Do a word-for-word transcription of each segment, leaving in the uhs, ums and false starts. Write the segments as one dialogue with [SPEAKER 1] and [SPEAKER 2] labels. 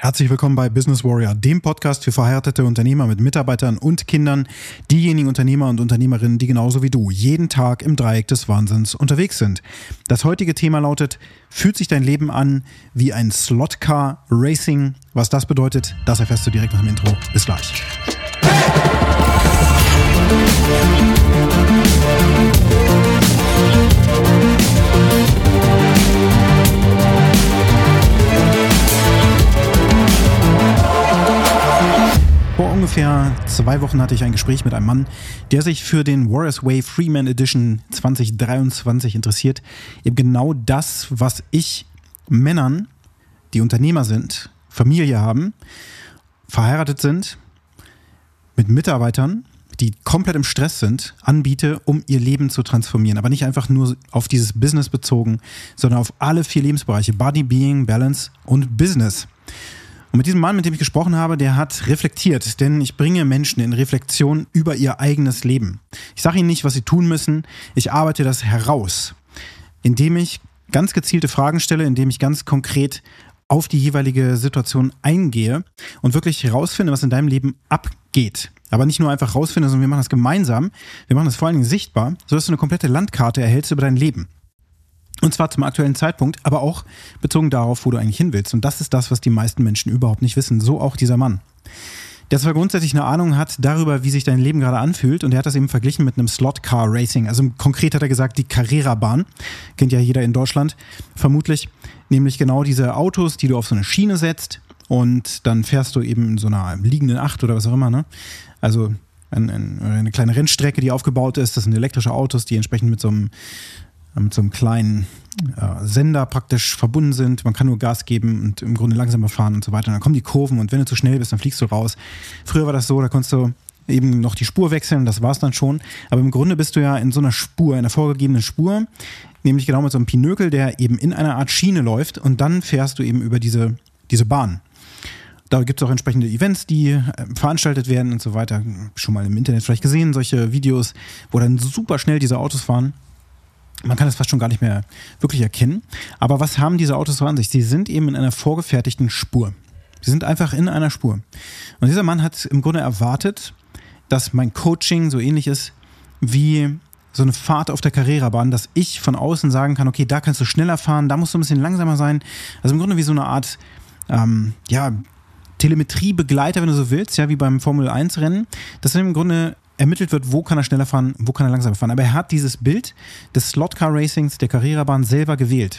[SPEAKER 1] Herzlich willkommen bei Business Warrior, dem Podcast für verheiratete Unternehmer mit Mitarbeitern und Kindern, diejenigen Unternehmer und Unternehmerinnen, die genauso wie du jeden Tag im Dreieck des Wahnsinns unterwegs sind. Das heutige Thema lautet: Fühlt sich dein Leben an wie ein Slot-Car Racing? Was das bedeutet, das erfährst du direkt nach dem Intro. Bis gleich. Vor ungefähr zwei Wochen hatte ich ein Gespräch mit einem Mann, der sich für den Warriors Way Freeman Edition zwanzig dreiundzwanzig interessiert. Eben genau das, was ich Männern, die Unternehmer sind, Familie haben, verheiratet sind, mit Mitarbeitern, die komplett im Stress sind, anbiete, um ihr Leben zu transformieren. Aber nicht einfach nur auf dieses Business bezogen, sondern auf alle vier Lebensbereiche: Body, Being, Balance und Business. Und mit diesem Mann, mit dem ich gesprochen habe, der hat reflektiert, denn ich bringe Menschen in Reflexion über ihr eigenes Leben. Ich sage ihnen nicht, was sie tun müssen, ich arbeite das heraus, indem ich ganz gezielte Fragen stelle, indem ich ganz konkret auf die jeweilige Situation eingehe und wirklich herausfinde, was in deinem Leben abgeht. Aber nicht nur einfach herausfinden, sondern wir machen das gemeinsam, wir machen das vor allen Dingen sichtbar, sodass du eine komplette Landkarte erhältst über dein Leben. Und zwar zum aktuellen Zeitpunkt, aber auch bezogen darauf, wo du eigentlich hin willst. Und das ist das, was die meisten Menschen überhaupt nicht wissen. So auch dieser Mann. Der zwar grundsätzlich eine Ahnung hat darüber, wie sich dein Leben gerade anfühlt, und er hat das eben verglichen mit einem Slot-Car Racing. Also konkret hat er gesagt, die Carrera-Bahn. Kennt ja jeder in Deutschland vermutlich. Nämlich genau diese Autos, die du auf so eine Schiene setzt und dann fährst du eben in so einer liegenden Acht oder was auch immer, ne? Also ein, ein, eine kleine Rennstrecke, die aufgebaut ist. Das sind elektrische Autos, die entsprechend mit so einem mit so einem kleinen äh, Sender praktisch verbunden sind. Man kann nur Gas geben und im Grunde langsamer fahren und so weiter. Und dann kommen die Kurven und wenn du zu schnell bist, dann fliegst du raus. Früher war das so, da konntest du eben noch die Spur wechseln, das war's dann schon. Aber im Grunde bist du ja in so einer Spur, in einer vorgegebenen Spur, nämlich genau mit so einem Pinökel, der eben in einer Art Schiene läuft, und dann fährst du eben über diese, diese Bahn. Da gibt es auch entsprechende Events, die äh, veranstaltet werden und so weiter. Schon mal im Internet vielleicht gesehen, solche Videos, wo dann super schnell diese Autos fahren. Man kann das fast schon gar nicht mehr wirklich erkennen. Aber was haben diese Autos so an sich? Sie sind eben in einer vorgefertigten Spur. Sie sind einfach in einer Spur. Und dieser Mann hat im Grunde erwartet, dass mein Coaching so ähnlich ist wie so eine Fahrt auf der Carrera-Bahn, dass ich von außen sagen kann, okay, da kannst du schneller fahren, da musst du ein bisschen langsamer sein. Also im Grunde wie so eine Art, ähm, ja, Telemetriebegleiter, wenn du so willst, ja, wie beim Formel eins Rennen. Das ist im Grunde ermittelt wird, wo kann er schneller fahren, wo kann er langsamer fahren. Aber er hat dieses Bild des Slot-Car Racings, der Carrera-Bahn, selber gewählt.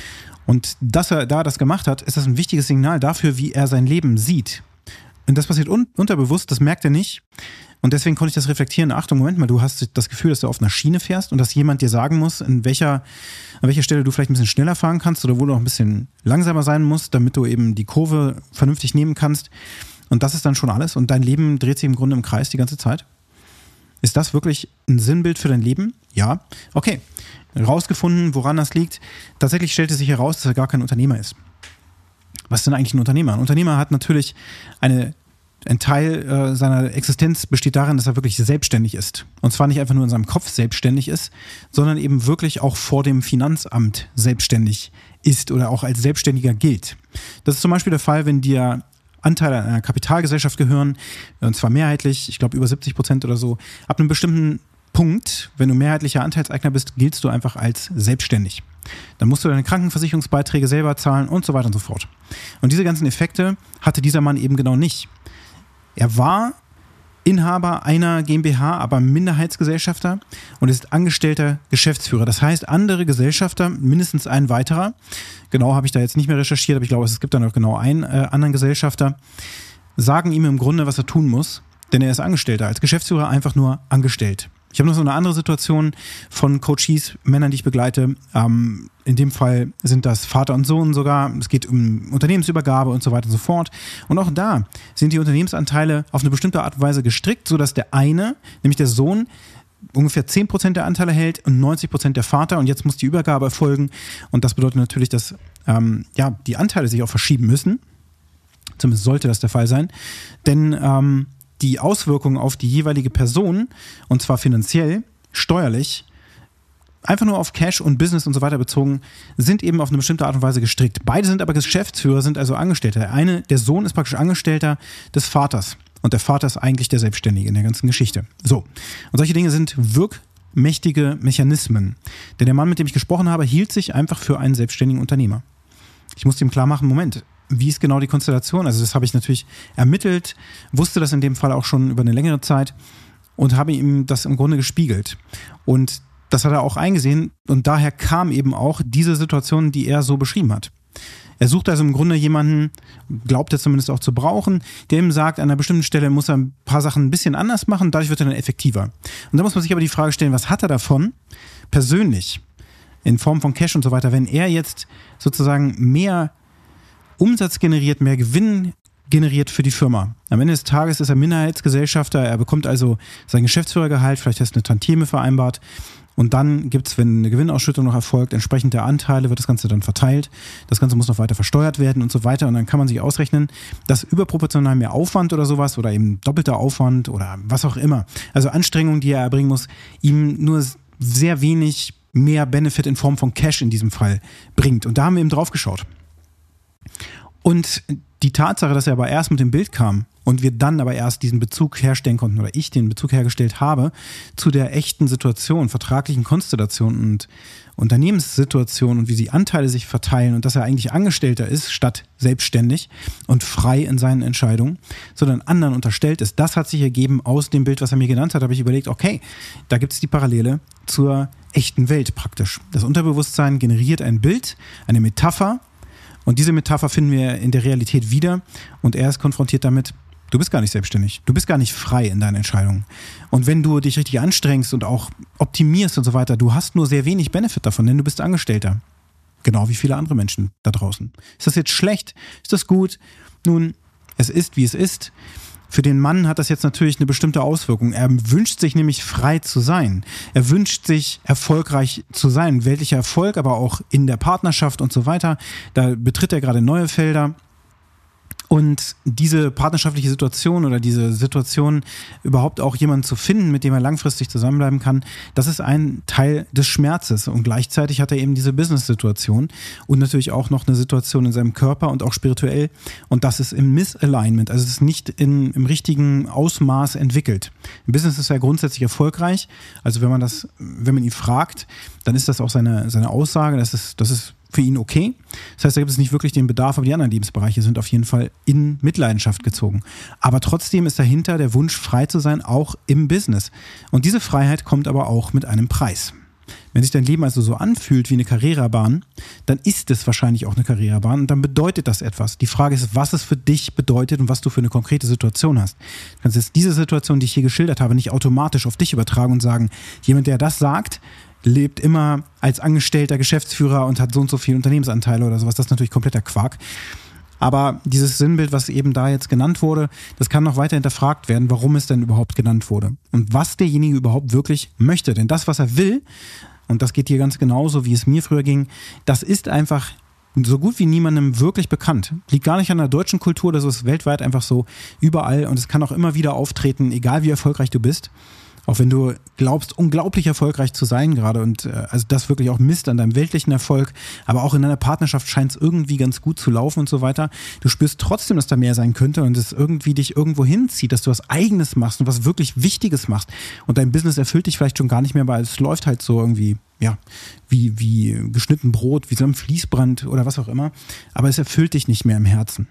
[SPEAKER 1] Und dass er da das gemacht hat, ist das ein wichtiges Signal dafür, wie er sein Leben sieht. Und das passiert un- unterbewusst, das merkt er nicht. Und deswegen konnte ich das reflektieren. Achtung, Moment mal, du hast das Gefühl, dass du auf einer Schiene fährst und dass jemand dir sagen muss, in welcher, an welcher Stelle du vielleicht ein bisschen schneller fahren kannst oder wo du auch ein bisschen langsamer sein musst, damit du eben die Kurve vernünftig nehmen kannst. Und das ist dann schon alles. Und dein Leben dreht sich im Grunde im Kreis die ganze Zeit. Ist das wirklich ein Sinnbild für dein Leben? Ja. Okay. Rausgefunden, woran das liegt. Tatsächlich stellte sich heraus, dass er gar kein Unternehmer ist. Was ist denn eigentlich ein Unternehmer? Ein Unternehmer hat natürlich eine, ein Teil äh, seiner Existenz besteht darin, dass er wirklich selbstständig ist. Und zwar nicht einfach nur in seinem Kopf selbstständig ist, sondern eben wirklich auch vor dem Finanzamt selbstständig ist oder auch als Selbstständiger gilt. Das ist zum Beispiel der Fall, wenn dir Anteile einer Kapitalgesellschaft gehören, und zwar mehrheitlich, ich glaube über siebzig Prozent oder so. Ab einem bestimmten Punkt, wenn du mehrheitlicher Anteilseigner bist, giltst du einfach als selbstständig. Dann musst du deine Krankenversicherungsbeiträge selber zahlen und so weiter und so fort. Und diese ganzen Effekte hatte dieser Mann eben genau nicht. Er war Inhaber einer GmbH, aber Minderheitsgesellschafter, und ist angestellter Geschäftsführer. Das heißt, andere Gesellschafter, mindestens ein weiterer, genau habe ich da jetzt nicht mehr recherchiert, aber ich glaube, es gibt da noch genau einen äh, anderen Gesellschafter, sagen ihm im Grunde, was er tun muss, denn er ist Angestellter, als Geschäftsführer einfach nur angestellt. Ich habe noch so eine andere Situation von Coaches, Männern, die ich begleite. Ähm, in dem Fall sind das Vater und Sohn sogar. Es geht um Unternehmensübergabe und so weiter und so fort. Und auch da sind die Unternehmensanteile auf eine bestimmte Art und Weise gestrickt, sodass der eine, nämlich der Sohn, ungefähr zehn Prozent der Anteile hält und neunzig Prozent der Vater. Und jetzt muss die Übergabe erfolgen. Und das bedeutet natürlich, dass ähm, ja, die Anteile sich auch verschieben müssen. Zumindest sollte das der Fall sein. Denn ähm, die Auswirkungen auf die jeweilige Person, und zwar finanziell, steuerlich, einfach nur auf Cash und Business und so weiter bezogen, sind eben auf eine bestimmte Art und Weise gestrickt. Beide sind aber Geschäftsführer, sind also Angestellte. Der eine, der Sohn ist praktisch Angestellter des Vaters und der Vater ist eigentlich der Selbstständige in der ganzen Geschichte. So, und solche Dinge sind wirkmächtige Mechanismen. Denn der Mann, mit dem ich gesprochen habe, hielt sich einfach für einen selbstständigen Unternehmer. Ich musste ihm klar machen, Moment, wie ist genau die Konstellation? Also das habe ich natürlich ermittelt, wusste das in dem Fall auch schon über eine längere Zeit und habe ihm das im Grunde gespiegelt. Und das hat er auch eingesehen und daher kam eben auch diese Situation, die er so beschrieben hat. Er sucht also im Grunde jemanden, glaubt er zumindest auch zu brauchen, der ihm sagt, an einer bestimmten Stelle muss er ein paar Sachen ein bisschen anders machen, dadurch wird er dann effektiver. Und da muss man sich aber die Frage stellen, was hat er davon persönlich in Form von Cash und so weiter, wenn er jetzt sozusagen mehr Umsatz generiert, mehr Gewinn generiert für die Firma. Am Ende des Tages ist er Minderheitsgesellschafter, er bekommt also sein Geschäftsführergehalt, vielleicht ist eine Tantieme vereinbart und dann gibt es, wenn eine Gewinnausschüttung noch erfolgt, entsprechend der Anteile, wird das Ganze dann verteilt, das Ganze muss noch weiter versteuert werden und so weiter und dann kann man sich ausrechnen, dass überproportional mehr Aufwand oder sowas oder eben doppelter Aufwand oder was auch immer, also Anstrengungen, die er erbringen muss, ihm nur sehr wenig mehr Benefit in Form von Cash in diesem Fall bringt und da haben wir eben drauf geschaut. Und die Tatsache, dass er aber erst mit dem Bild kam und wir dann aber erst diesen Bezug herstellen konnten oder ich den Bezug hergestellt habe zu der echten Situation, vertraglichen Konstellation und Unternehmenssituation und wie die Anteile sich verteilen und dass er eigentlich Angestellter ist statt selbstständig und frei in seinen Entscheidungen, sondern anderen unterstellt ist. Das hat sich ergeben aus dem Bild, was er mir genannt hat. Da habe ich überlegt, okay, da gibt es die Parallele zur echten Welt praktisch. Das Unterbewusstsein generiert ein Bild, eine Metapher, und diese Metapher finden wir in der Realität wieder und er ist konfrontiert damit, du bist gar nicht selbstständig, du bist gar nicht frei in deinen Entscheidungen. Und wenn du dich richtig anstrengst und auch optimierst und so weiter, du hast nur sehr wenig Benefit davon, denn du bist Angestellter. Genau wie viele andere Menschen da draußen. Ist das jetzt schlecht? Ist das gut? Nun, es ist, wie es ist. Für den Mann hat das jetzt natürlich eine bestimmte Auswirkung. Er wünscht sich nämlich frei zu sein. Er wünscht sich erfolgreich zu sein. Weltlicher Erfolg, aber auch in der Partnerschaft und so weiter. Da betritt er gerade neue Felder. Und diese partnerschaftliche Situation oder diese Situation, überhaupt auch jemanden zu finden, mit dem er langfristig zusammenbleiben kann, das ist ein Teil des Schmerzes. Und gleichzeitig hat er eben diese Business-Situation und natürlich auch noch eine Situation in seinem Körper und auch spirituell. Und das ist im Misalignment, also es ist nicht in, im richtigen Ausmaß entwickelt. Im Business ist er grundsätzlich erfolgreich. Also wenn man das, wenn man ihn fragt, dann ist das auch seine, seine Aussage, das ist, das ist für ihn okay. Das heißt, da gibt es nicht wirklich den Bedarf, aber die anderen Lebensbereiche sind auf jeden Fall in Mitleidenschaft gezogen. Aber trotzdem ist dahinter der Wunsch, frei zu sein, auch im Business. Und diese Freiheit kommt aber auch mit einem Preis. Wenn sich dein Leben also so anfühlt wie eine Karrierebahn, dann ist es wahrscheinlich auch eine Karrierebahn und dann bedeutet das etwas. Die Frage ist, was es für dich bedeutet und was du für eine konkrete Situation hast. Du kannst jetzt diese Situation, die ich hier geschildert habe, nicht automatisch auf dich übertragen und sagen, jemand, der das sagt, lebt immer als angestellter Geschäftsführer und hat so und so viele Unternehmensanteile oder sowas. Das ist natürlich kompletter Quark. Aber dieses Sinnbild, was eben da jetzt genannt wurde, das kann noch weiter hinterfragt werden, warum es denn überhaupt genannt wurde und was derjenige überhaupt wirklich möchte. Denn das, was er will, und das geht hier ganz genauso, wie es mir früher ging, das ist einfach so gut wie niemandem wirklich bekannt. Liegt gar nicht an der deutschen Kultur, das ist weltweit einfach so überall und es kann auch immer wieder auftreten, egal wie erfolgreich du bist. Auch wenn du glaubst, unglaublich erfolgreich zu sein gerade und äh, also das wirklich auch misst an deinem weltlichen Erfolg, aber auch in deiner Partnerschaft scheint es irgendwie ganz gut zu laufen und so weiter. Du spürst trotzdem, dass da mehr sein könnte und es irgendwie dich irgendwo hinzieht, dass du was Eigenes machst und was wirklich Wichtiges machst und dein Business erfüllt dich vielleicht schon gar nicht mehr, weil es läuft halt so irgendwie, ja, wie, wie geschnitten Brot, wie so ein Fließbrand oder was auch immer, aber es erfüllt dich nicht mehr im Herzen.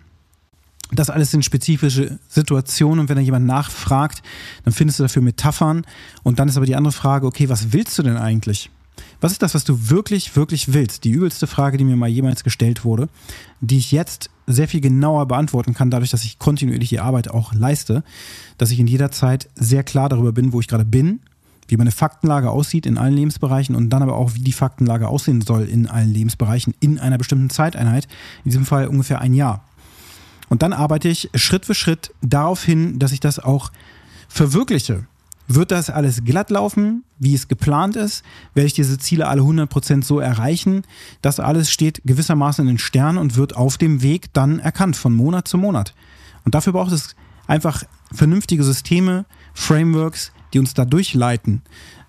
[SPEAKER 1] Das alles sind spezifische Situationen und wenn da jemand nachfragt, dann findest du dafür Metaphern und dann ist aber die andere Frage, okay, was willst du denn eigentlich? Was ist das, was du wirklich, wirklich willst? Die übelste Frage, die mir mal jemals gestellt wurde, die ich jetzt sehr viel genauer beantworten kann, dadurch, dass ich kontinuierlich die Arbeit auch leiste, dass ich in jeder Zeit sehr klar darüber bin, wo ich gerade bin, wie meine Faktenlage aussieht in allen Lebensbereichen und dann aber auch, wie die Faktenlage aussehen soll in allen Lebensbereichen in einer bestimmten Zeiteinheit, in diesem Fall ungefähr ein Jahr. Und dann arbeite ich Schritt für Schritt darauf hin, dass ich das auch verwirkliche. Wird das alles glatt laufen, wie es geplant ist? Werde ich diese Ziele alle hundert Prozent so erreichen? Das alles steht gewissermaßen in den Sternen und wird auf dem Weg dann erkannt, von Monat zu Monat. Und dafür braucht es einfach vernünftige Systeme, Frameworks, die uns da durchleiten.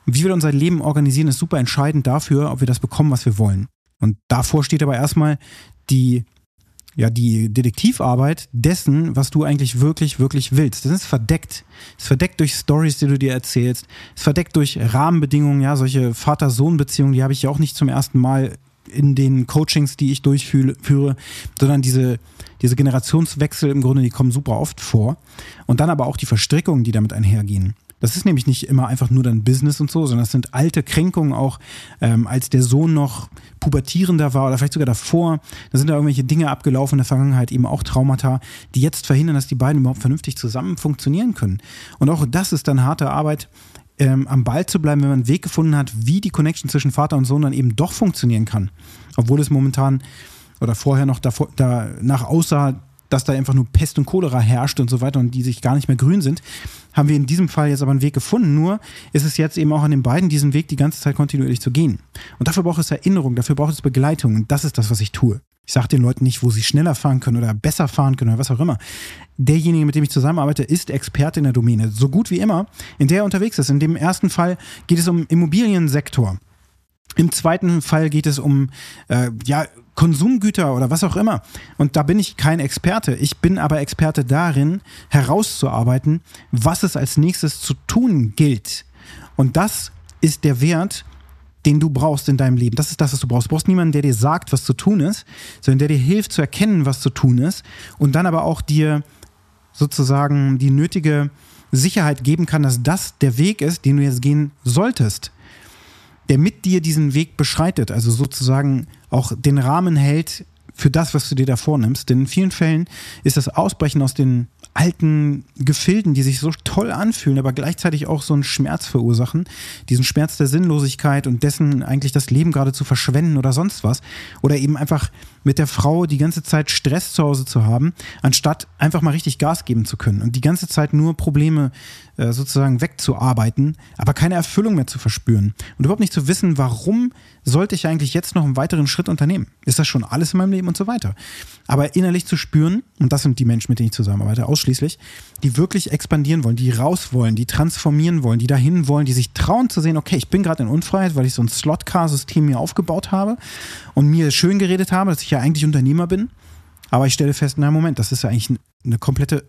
[SPEAKER 1] wie wir unser Leben organisieren, ist super entscheidend dafür, ob wir das bekommen, was wir wollen. Und davor steht aber erstmal die, ja, die Detektivarbeit dessen, was du eigentlich wirklich, wirklich willst. Das ist verdeckt. Es ist verdeckt durch Stories, die du dir erzählst. Es ist verdeckt durch Rahmenbedingungen, ja, solche Vater-Sohn-Beziehungen, die habe ich ja auch nicht zum ersten Mal in den Coachings, die ich durchführe, sondern diese, diese Generationswechsel im Grunde, die kommen super oft vor. Und dann aber auch die Verstrickungen, die damit einhergehen. Das ist nämlich nicht immer einfach nur dann Business und so, sondern das sind alte Kränkungen auch, ähm, als der Sohn noch pubertierender war oder vielleicht sogar davor. Da sind da irgendwelche Dinge abgelaufen in der Vergangenheit, eben auch Traumata, die jetzt verhindern, dass die beiden überhaupt vernünftig zusammen funktionieren können. Und auch das ist dann harte Arbeit, ähm, am Ball zu bleiben, wenn man einen Weg gefunden hat, wie die Connection zwischen Vater und Sohn dann eben doch funktionieren kann. Obwohl es momentan oder vorher noch davor, danach aussah, dass da einfach nur Pest und Cholera herrscht und so weiter und die sich gar nicht mehr grün sind, haben wir in diesem Fall jetzt aber einen Weg gefunden. Nur ist es jetzt eben auch an den beiden, diesen Weg die ganze Zeit kontinuierlich zu gehen. Und dafür braucht es Erinnerung, dafür braucht es Begleitung. Und das ist das, was ich tue. Ich sage den Leuten nicht, wo sie schneller fahren können oder besser fahren können oder was auch immer. Derjenige, mit dem ich zusammenarbeite, ist Experte in der Domäne. So gut wie immer, in der er unterwegs ist. In dem ersten Fall geht es um Immobiliensektor. Im zweiten Fall geht es um äh, ja, Konsumgüter oder was auch immer. Und da bin ich kein Experte. Ich bin aber Experte darin, herauszuarbeiten, was es als nächstes zu tun gilt. Und das ist der Wert, den du brauchst in deinem Leben. Das ist das, was du brauchst. Du brauchst niemanden, der dir sagt, was zu tun ist, sondern der dir hilft zu erkennen, was zu tun ist und dann aber auch dir sozusagen die nötige Sicherheit geben kann, dass das der Weg ist, den du jetzt gehen solltest. Der mit dir diesen Weg beschreitet, also sozusagen auch den Rahmen hält für das, was du dir da vornimmst. Denn in vielen Fällen ist das Ausbrechen aus den alten Gefilden, die sich so toll anfühlen, aber gleichzeitig auch so einen Schmerz verursachen, diesen Schmerz der Sinnlosigkeit und dessen eigentlich das Leben gerade zu verschwenden oder sonst was. Oder eben einfach mit der Frau die ganze Zeit Stress zu Hause zu haben, anstatt einfach mal richtig Gas geben zu können und die ganze Zeit nur Probleme äh, sozusagen wegzuarbeiten, aber keine Erfüllung mehr zu verspüren und überhaupt nicht zu wissen, warum sollte ich eigentlich jetzt noch einen weiteren Schritt unternehmen? Ist das schon alles in meinem Leben und so weiter? Aber innerlich zu spüren, und das sind die Menschen, mit denen ich zusammenarbeite, ausschließlich, die wirklich expandieren wollen, die raus wollen, die transformieren wollen, die dahin wollen, die sich trauen zu sehen, okay, ich bin gerade in Unfreiheit, weil ich so ein Slot-Car-System mir aufgebaut habe und mir schön geredet habe, dass ich ja eigentlich Unternehmer bin, aber ich stelle fest, na Moment, das ist ja eigentlich eine komplette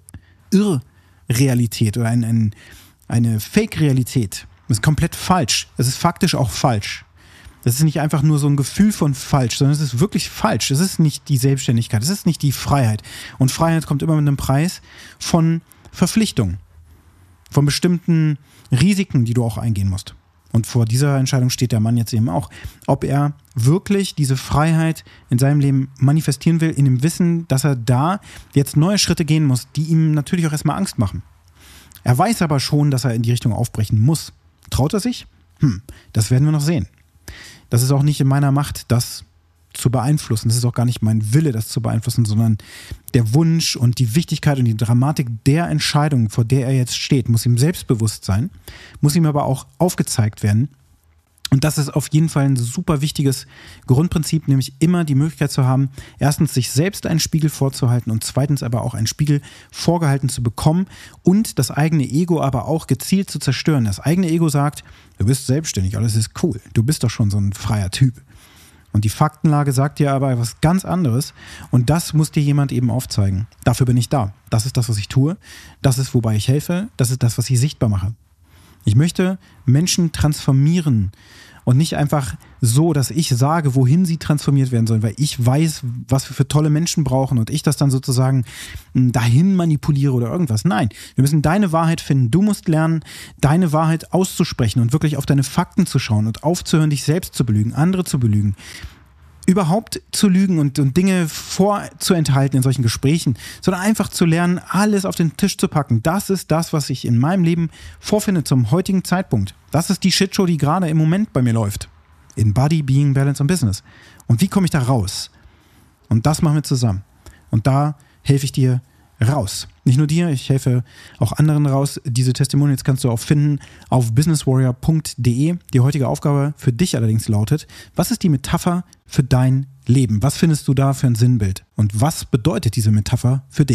[SPEAKER 1] Irrrealität oder ein, ein, eine Fake-Realität. Das ist komplett falsch. Es ist faktisch auch falsch. Das ist nicht einfach nur so ein Gefühl von falsch, sondern es ist wirklich falsch. Es ist nicht die Selbstständigkeit, es ist nicht die Freiheit. Und Freiheit kommt immer mit einem Preis von Verpflichtung, von bestimmten Risiken, die du auch eingehen musst. Und vor dieser Entscheidung steht der Mann jetzt eben auch, ob er wirklich diese Freiheit in seinem Leben manifestieren will, in dem Wissen, dass er da jetzt neue Schritte gehen muss, die ihm natürlich auch erstmal Angst machen. Er weiß aber schon, dass er in die Richtung aufbrechen muss. Traut er sich? Hm, das werden wir noch sehen. Das ist auch nicht in meiner Macht, das zu beeinflussen. Das ist auch gar nicht mein Wille, das zu beeinflussen, sondern der Wunsch und die Wichtigkeit und die Dramatik der Entscheidung, vor der er jetzt steht, muss ihm selbstbewusst sein, muss ihm aber auch aufgezeigt werden. Und das ist auf jeden Fall ein super wichtiges Grundprinzip, nämlich immer die Möglichkeit zu haben, erstens sich selbst einen Spiegel vorzuhalten und zweitens aber auch einen Spiegel vorgehalten zu bekommen und das eigene Ego aber auch gezielt zu zerstören. Das eigene Ego sagt, du bist selbstständig, alles ist cool, du bist doch schon so ein freier Typ. Und die Faktenlage sagt dir aber was ganz anderes und das muss dir jemand eben aufzeigen. Dafür bin ich da. Das ist das, was ich tue. Das ist, wobei ich helfe. Das ist das, was ich sichtbar mache. Ich möchte Menschen transformieren und nicht einfach so, dass ich sage, wohin sie transformiert werden sollen, weil ich weiß, was wir für tolle Menschen brauchen und ich das dann sozusagen dahin manipuliere oder irgendwas. Nein, wir müssen deine Wahrheit finden. Du musst lernen, deine Wahrheit auszusprechen und wirklich auf deine Fakten zu schauen und aufzuhören, dich selbst zu belügen, andere zu belügen. Überhaupt zu lügen und, und Dinge vorzuenthalten in solchen Gesprächen, sondern einfach zu lernen, alles auf den Tisch zu packen. Das ist das, was ich in meinem Leben vorfinde zum heutigen Zeitpunkt. Das ist die Shitshow, die gerade im Moment bei mir läuft. In Body, Being, Balance und Business. Und wie komme ich da raus? Und das machen wir zusammen. Und da helfe ich dir raus. Nicht nur dir, ich helfe auch anderen raus. Diese Testimonials kannst du auch finden auf business warrior punkt de. Die heutige Aufgabe für dich allerdings lautet, was ist die Metapher für dein Leben? Was findest du da für ein Sinnbild? Und was bedeutet diese Metapher für dich?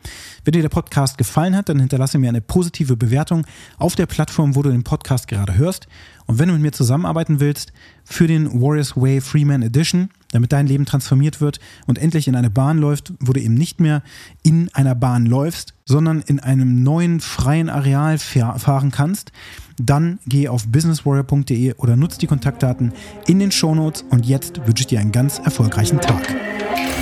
[SPEAKER 1] Wenn dir der Podcast gefallen hat, dann hinterlasse mir eine positive Bewertung auf der Plattform, wo du den Podcast gerade hörst. Und wenn du mit mir zusammenarbeiten willst für den Warriors Way Freeman Edition, damit dein Leben transformiert wird und endlich in eine Bahn läuft, wo du eben nicht mehr in einer Bahn läufst, sondern in einem neuen freien Areal fahren kannst, dann geh auf business warrior punkt de oder nutz die Kontaktdaten in den Shownotes. Und jetzt wünsche ich dir einen ganz erfolgreichen Tag.